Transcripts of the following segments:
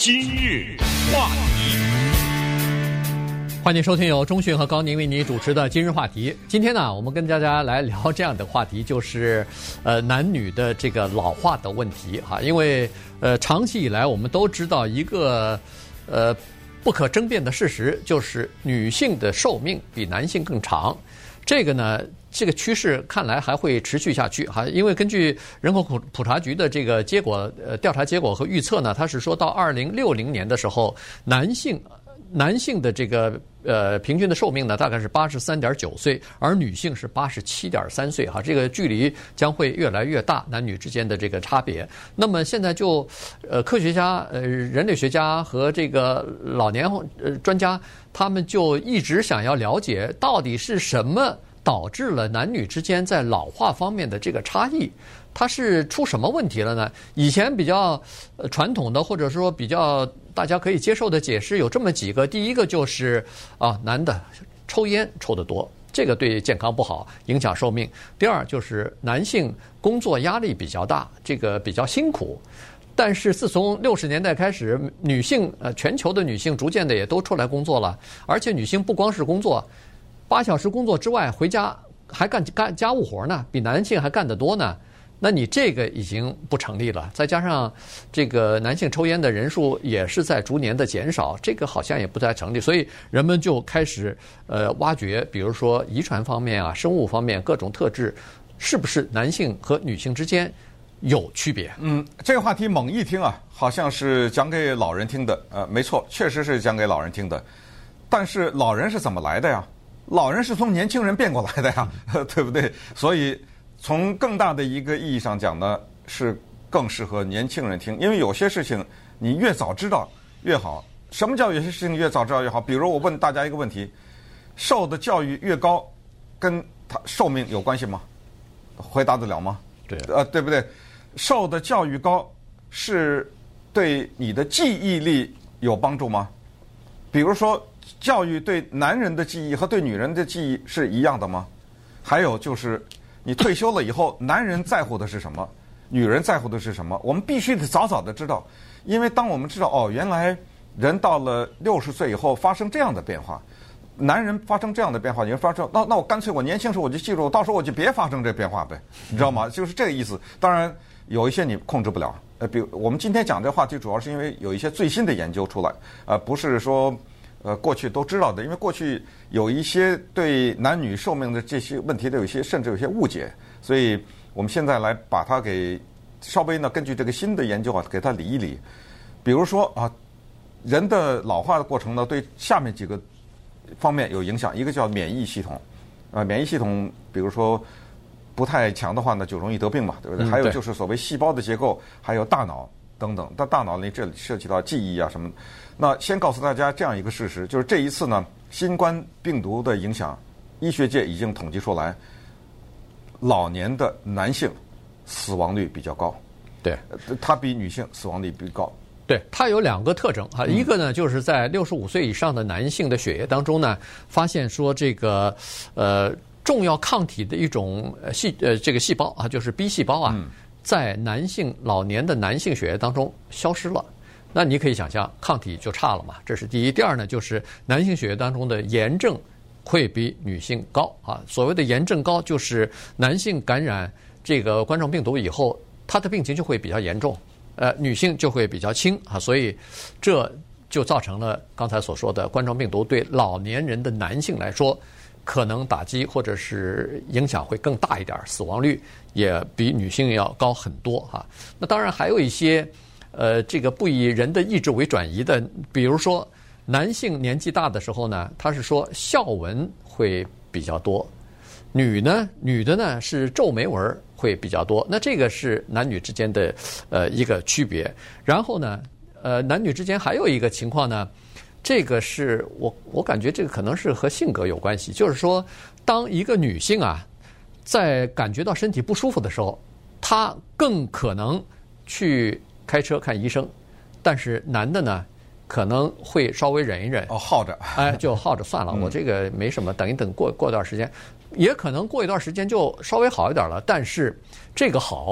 今日话题， 欢迎收听由钟迅和高宁为你主持的今日话题。今天呢，我们跟大家来聊这样的话题，就是男女的这个老化的问题哈。因为长期以来我们都知道一个不可争辩的事实，就是女性的寿命比男性更长。这个呢，这个趋势看来还会持续下去哈，因为根据人口普查局的这个结果，调查结果和预测呢，它是说到2060年的时候，男性的这个平均的寿命呢，大概是83.9岁，而女性是87.3岁哈，这个距离将会越来越大，男女之间的这个差别。那么现在就科学家、人类学家和这个老年专家，他们就一直想要了解到底是什么导致了男女之间在老化方面的这个差异，它是出什么问题了呢？以前比较传统的或者说比较大家可以接受的解释有这么几个，第一个就是男的抽烟抽得多，这个对健康不好，影响寿命。第二就是男性工作压力比较大，这个比较辛苦。但是自从60年代开始，女性全球的女性逐渐的也都出来工作了，而且女性不光是工作8小时工作之外，回家还干家务活呢，比男性还干得多呢。那你这个已经不成立了，再加上这个男性抽烟的人数也是在逐年的减少，这个好像也不太成立，所以人们就开始挖掘，比如说遗传方面啊、生物方面各种特质，是不是男性和女性之间有区别？ 这个话题猛一听啊，好像是讲给老人听的。没错，确实是讲给老人听的。但是老人是怎么来的呀？老人是从年轻人变过来的呀，对不对？所以从更大的一个意义上讲呢，是更适合年轻人听，因为有些事情你越早知道越好。什么叫有些事情越早知道越好？比如我问大家一个问题：受的教育越高，跟他寿命有关系吗？回答得了吗？ 对， 对不对？受的教育高是对你的记忆力有帮助吗？比如说，教育对男人的记忆和对女人的记忆是一样的吗？还有就是，你退休了以后，男人在乎的是什么，女人在乎的是什么？我们必须得早早的知道，因为当我们知道原来人到了60岁以后发生这样的变化，男人发生这样的变化，你会发生那我干脆我年轻时候我就记住，到时候我就别发生这变化呗，你知道吗？就是这个意思。当然有一些你控制不了，比如我们今天讲这个话题，主要是因为有一些最新的研究出来，不是说过去都知道的，因为过去有一些对男女寿命的这些问题的甚至有些误解，所以我们现在来把它给稍微呢根据这个新的研究给它理一理。比如说人的老化的过程呢，对下面几个方面有影响，一个叫免疫系统，免疫系统比如说不太强的话呢，就容易得病嘛，对不对？还有就是所谓细胞的结构，还有大脑等等。但大脑里这里涉及到记忆啊什么的。那先告诉大家这样一个事实，就是这一次呢，新冠病毒的影响，医学界已经统计出来，老年的男性死亡率比较高， 对， 它比女性死亡率比高。 对，它有2个特征哈，一个呢就是在65岁以上的男性的血液当中呢，发现说这个重要抗体的一种这个细胞啊，就是 B 细胞啊，在老年的男性血液当中消失了。那你可以想象，抗体就差了嘛，这是第一。第二呢，就是男性血液当中的炎症会比女性高啊。所谓的炎症高，就是男性感染这个冠状病毒以后，他的病情就会比较严重，女性就会比较轻啊。所以这就造成了刚才所说的冠状病毒对老年人的男性来说，可能打击或者是影响会更大一点，死亡率也比女性要高很多哈。那当然还有一些这个不以人的意志为转移的，比如说男性年纪大的时候呢，他是说笑纹会比较多，女的呢是皱眉纹会比较多。那这个是男女之间的一个区别。然后呢，男女之间还有一个情况呢，这个是我感觉这个可能是和性格有关系，就是说，当一个女性啊，在感觉到身体不舒服的时候，她更可能去开车看医生，但是男的呢，可能会稍微忍一忍， 耗着， 就耗着算了，我这个没什么，等一等，过段时间，也可能过一段时间就稍微好一点了。但是这个好，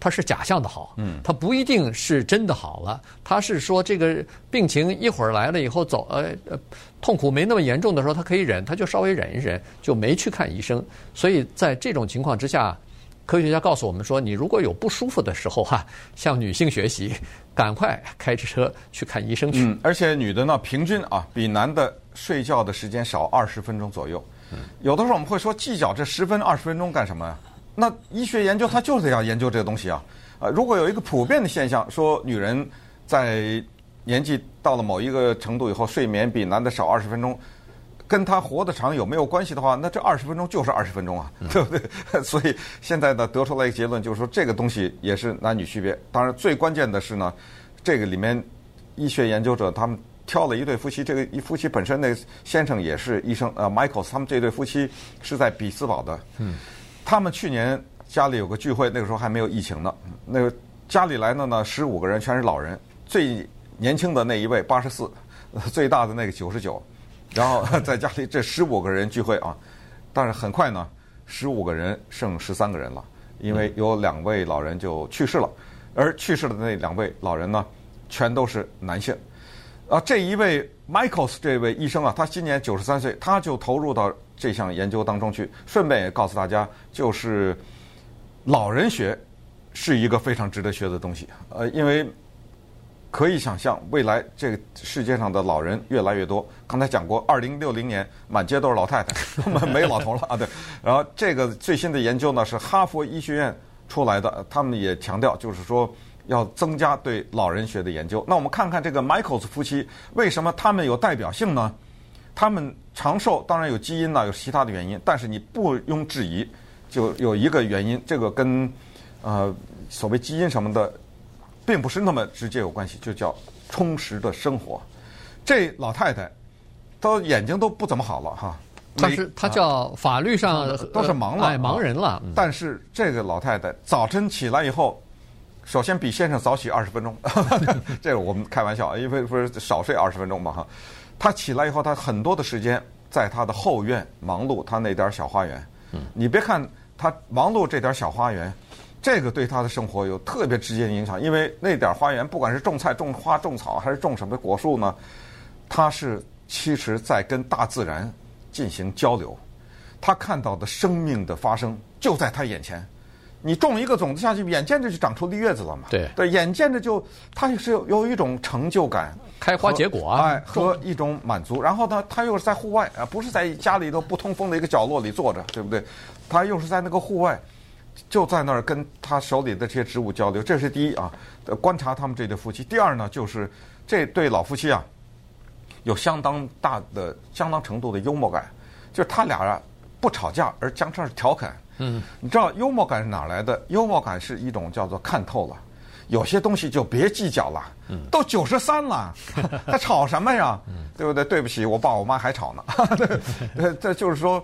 它是假象的好，它不一定是真的好了。它是说这个病情一会儿来了以后痛苦没那么严重的时候，他可以忍，他就稍微忍一忍，就没去看医生。所以在这种情况之下，科学家告诉我们说，你如果有不舒服的时候向女性学习，赶快开着车去看医生去。 而且女的呢，平均比男的睡觉的时间少20分钟左右。有的时候我们会说，计较这10分20分钟干什么呀？那医学研究它就是要研究这个东西啊。如果有一个普遍的现象，说女人在年纪到了某一个程度以后，睡眠比男的少20分钟，跟他活得长有没有关系的话，那这20分钟就是20分钟啊，对不对？所以现在呢，得出来一个结论，就是说这个东西也是男女区别。当然，最关键的是呢，这个里面医学研究者他们挑了一对夫妻，这个一夫妻本身那先生也是医生，Michaels， 他们这对夫妻是在比斯堡的。他们去年家里有个聚会，那个时候还没有疫情呢。那个家里来的呢15个人，全是老人，最年轻的那一位84，最大的那个99。然后在家里这15个人聚会但是很快呢，15个人剩13个人了，因为有2位老人就去世了，而去世的那2位老人呢，全都是男性。这一位 Michaels 这位医生他今年93岁，他就投入到这项研究当中去。顺便也告诉大家，就是老人学是一个非常值得学的东西。因为可以想象，未来这个世界上的老人越来越多。刚才讲过，2060年满街都是老太太，没老头了对。然后这个最新的研究呢是哈佛医学院出来的，他们也强调，就是说要增加对老人学的研究。那我们看看这个 Michaels 夫妻为什么他们有代表性呢？他们长寿当然有基因有其他的原因，但是你不庸置疑，就有一个原因，这个跟所谓基因什么的并不是那么直接有关系，就叫充实的生活。这老太太都眼睛都不怎么好了他叫法律上都是盲了， 盲人了。 但是这个老太太早晨起来以后，首先比先生早起20分钟，这个我们开玩笑，因为不是少睡20分钟嘛她起来以后，她很多的时间在她的后院忙碌她那点小花园。你别看她忙碌这点小花园，这个对她的生活有特别直接的影响，因为那点花园不管是种菜、种花、种草，还是种什么果树呢，她是其实在跟大自然进行交流。她看到的生命的发生就在她眼前。你种一个种子下去，眼见着就长出绿叶子了嘛？对，眼见着就，它是有一种成就感， 开花结果和一种满足。然后呢，他又是在户外不是在家里头不通风的一个角落里坐着，对不对？他又是在那个户外，就在那儿跟他手里的这些植物交流。这是第一观察他们这对夫妻。第二呢，就是这对老夫妻有相当程度的幽默感，就是他俩不吵架，而经常是调侃。你知道幽默感是哪来的？幽默感是一种叫做看透了，有些东西就别计较了。都93了，还吵什么呀？对不对？对不起，我爸我妈还吵呢。这就是说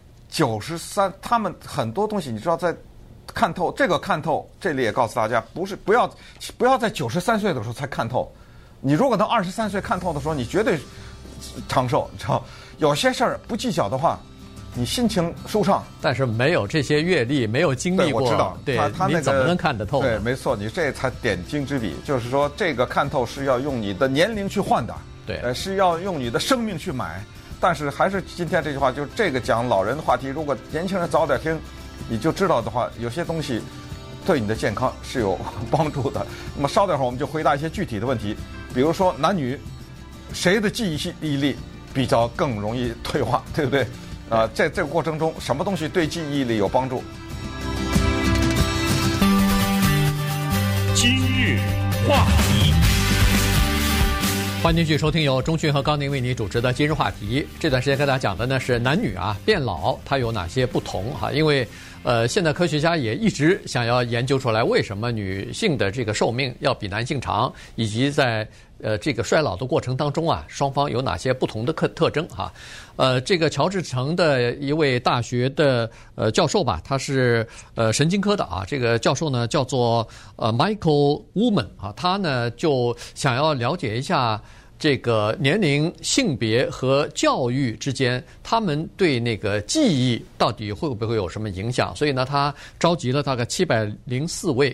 ，93，他们很多东西你知道在看透。这个看透，这里也告诉大家，不要在93岁的时候才看透。你如果到23岁看透的时候，你绝对长寿。你知道，有些事儿不计较的话，你心情舒畅， 但是没有这些阅历，没有经历过， 我知道，他你怎么能看得透？ 对，没错，你这才点睛之笔。就是说，这个看透是要用你的年龄去换的， 对， 是要用你的生命去买。但是还是今天这句话，就是这个讲老人的话题，如果年轻人早点听，你就知道的话，有些东西对你的健康是有帮助的。那么稍等会儿我们就回答一些具体的问题，比如说男女谁的记忆力比较更容易退化，对不对？在这个过程中，什么东西对记忆力有帮助？ 今日话题， 欢迎继续收听由钟迅和高宁为你主持的今日话题。这段时间跟大家讲的呢是男女变老它有哪些不同因为现在科学家也一直想要研究出来为什么女性的这个寿命要比男性长，以及在这个衰老的过程当中双方有哪些不同的特征这个乔治城的一位大学的教授吧，他是神经科的这个教授呢叫做Michael Woman 他呢就想要了解一下这个年龄、性别和教育之间，他们对那个记忆到底会不会有什么影响？所以呢，他召集了大概704位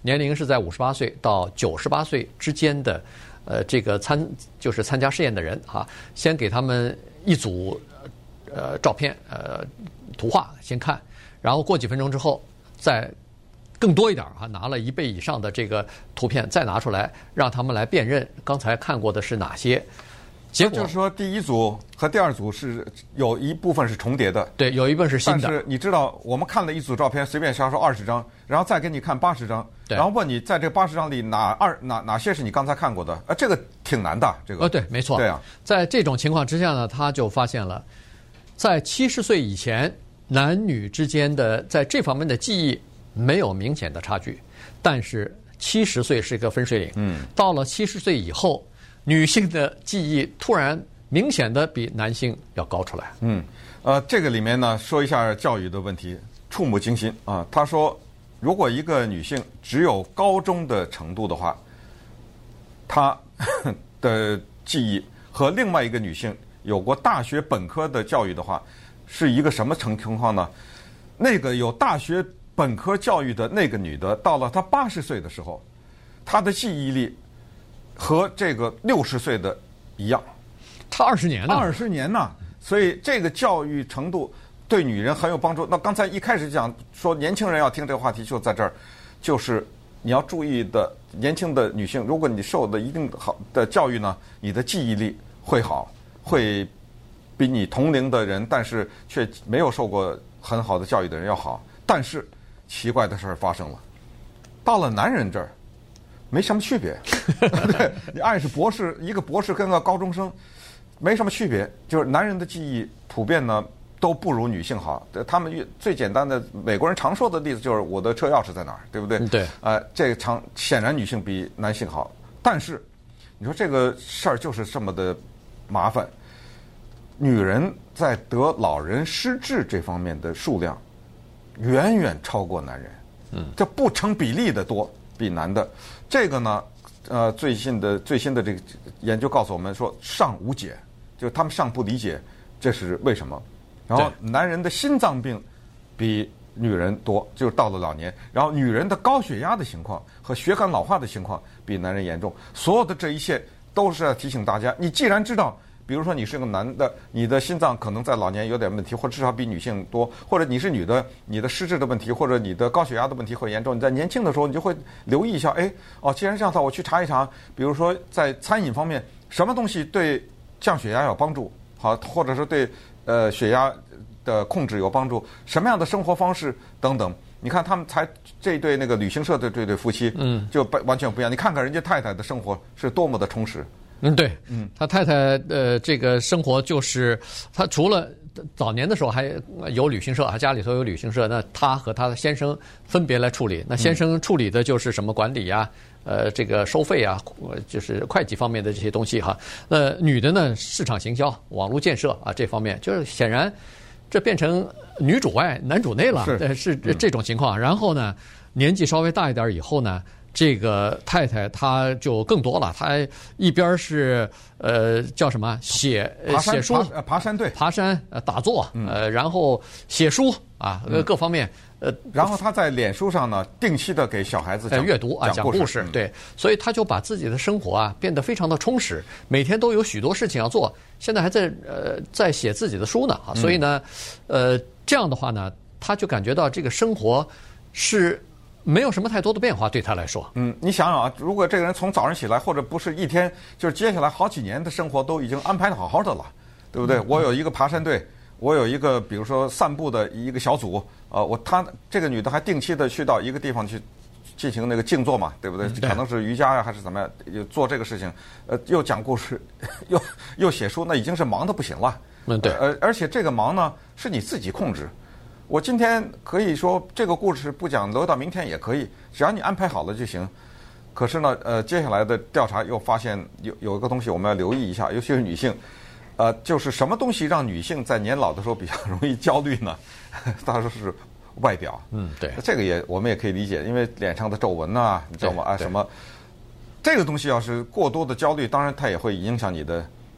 年龄是在58岁到98岁之间的，这个就是参加试验的人啊，先给他们一组照片图画先看，然后过几分钟之后再更多一点啊，拿了1倍以上的这个图片再拿出来，让他们来辨认刚才看过的是哪些。结果就是说，第一组和第二组是有一部分是重叠的， 对，有一部分是新的。 但是你知道，我们看了一组照片，随便瞎说20张，然后再给你看80张，然后问你在这80张里哪些是你刚才看过的？这个挺难的，这个。 对，没错。 对啊， 在这种情况之下呢，他就发现了，在70岁以前，男女之间的在这方面的记忆没有明显的差距，但是70岁是一个分水岭。到了70岁以后，女性的记忆突然明显的比男性要高出来。 这个里面呢，说一下教育的问题，触目惊心啊。他说，如果一个女性只有高中的程度的话，她的记忆和另外一个女性有过大学本科的教育的话，是一个什么情况呢？那个有大学本科教育的那个女的，到了她80岁的时候，她的记忆力和这个60岁的一样， 差20年呢 ，20年呢。所以这个教育程度对女人很有帮助。那刚才一开始讲说年轻人要听这个话题，就在这儿，就是你要注意的，年轻的女性，如果你受的一定好的教育呢，你的记忆力会好，会比你同龄的人但是却没有受过很好的教育的人要好。但是奇怪的事儿发生了，到了男人这儿没什么区别。对，你爱是博士，一个博士跟个高中生没什么区别，就是男人的记忆普遍呢都不如女性好。他们最简单的美国人常说的例子就是我的车钥匙在哪儿，对不对？ 对。 这个显然女性比男性好，但是你说这个事儿就是这么的麻烦。女人在得老人失智这方面的数量远远超过男人，这不成比例的多，比男的。这个呢，最新的这个研究告诉我们说尚无解，就是他们尚不理解这是为什么。然后男人的心脏病比女人多，就是到了老年。然后女人的高血压的情况和血管老化的情况比男人严重。所有的这一切都是要提醒大家，你既然知道，比如说你是个男的，你的心脏可能在老年有点问题，或者至少比女性多，或者你是女的，你的失智的问题或者你的高血压的问题会严重，你在年轻的时候你就会留意一下，既然这样的话，我去查一查，比如说在餐饮方面，什么东西对降血压有帮助，好，或者说对血压的控制有帮助，什么样的生活方式等等。你看他们这一对那个旅行社的这对夫妻，就完全不一样。你看看人家太太的生活是多么的充实。 对，他太太这个生活就是他除了早年的时候还有旅行社，家里头有旅行社，那他和他的先生分别来处理。那先生处理的就是什么管理啊，这个收费啊，就是会计方面的这些东西哈。女的呢，市场行销、网络建设啊这方面，就是显然这变成女主外男主内了，是这种情况。然后呢，年纪稍微大一点以后呢，这个太太她就更多了，她一边是叫什么写书、 爬山队、 爬山打坐，然后写书啊，各方面。 然后他在脸书上呢，定期的给小孩子阅读啊，讲故事，对，所以他就把自己的生活啊变得非常的充实，每天都有许多事情要做。现在还在写自己的书呢啊，所以呢，这样的话呢，他就感觉到这个生活是没有什么太多的变化，对他来说。 你想想啊，如果这个人从早上起来，或者不是一天，就是接下来好几年的生活都已经安排的好好的了，对不对？我有一个爬山队。我有一个，比如说散步的一个小组，她这个女的还定期的去到一个地方去进行那个静坐嘛，对不对？可能是瑜伽呀，还是怎么样，做这个事情，又讲故事，又写书，那已经是忙得不行了。 对。 而且这个忙呢，是你自己控制。我今天可以说这个故事不讲，留到明天也可以，只要你安排好了就行。可是呢，接下来的调查又发现有一个东西我们要留意一下，尤其是女性。就是什么东西让女性在年老的时候比较容易焦虑呢？他说是外表。 对， 这个我们也可以理解，因为脸上的皱纹啊，你知道吗？什么这个东西要是过多的焦虑，当然它也会影响你的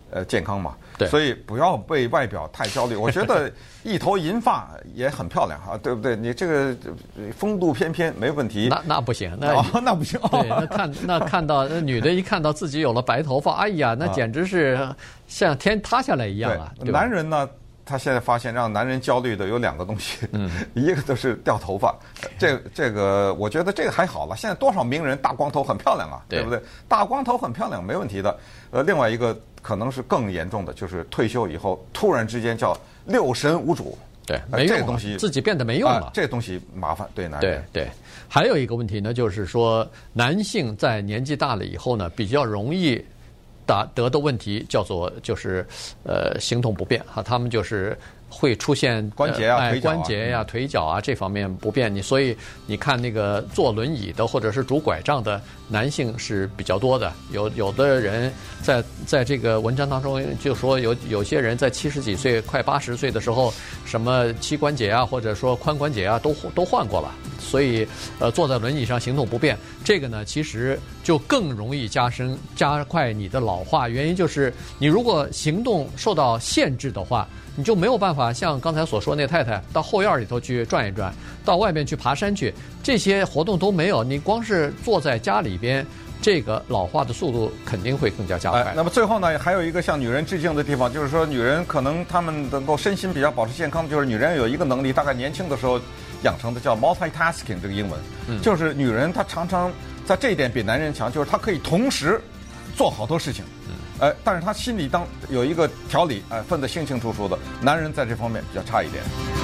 健康嘛。 对， 所以不要被外表太焦虑。我觉得一头银发也很漂亮啊，对不对？你这个风度翩翩没问题。 那不行， 那不行。 对，那看到那女的一看到自己有了白头发，哎呀，那简直是像天塌下来一样啊！ 对，男人呢？他现在发现让男人焦虑的有2个东西，一个都是掉头发，这个我觉得这个还好了。现在多少名人大光头很漂亮啊，对不对？大光头很漂亮没问题的。另外一个可能是更严重的，就是退休以后突然之间叫六神无主， 对，没用了， 这个东西自己变得没用了， 这东西麻烦对男人。 对，还有一个问题呢，就是说男性在年纪大了以后呢，比较容易得的问题就是行动不便哈，他们就是会出现关节啊、 关节呀、腿脚啊这方面不便。所以你看那个坐轮椅的或者是拄拐杖的男性是比较多的。有的人在这个文章当中就说有些人在70几岁、快80岁的时候，什么膝关节啊或者说髋关节啊都换过了。所以坐在轮椅上行动不便，这个呢其实就更容易加快你的老化。原因就是你如果行动受到限制的话，你就没有办法像刚才所说那太太到后院里头去转一转，到外边去爬山去，这些活动都没有。你光是坐在家里边，这个老化的速度肯定会更加加快。 那么最后呢，还有一个向女人致敬的地方，就是说女人可能她们能够身心比较保持健康，就是女人有一个能力，大概年轻的时候养成的叫 multitasking 这个英文，就是女人她常常在这一点比男人强，就是她可以同时做好多事情。但是他心里有一个条理，分得清清楚楚的。男人在这方面比较差一点。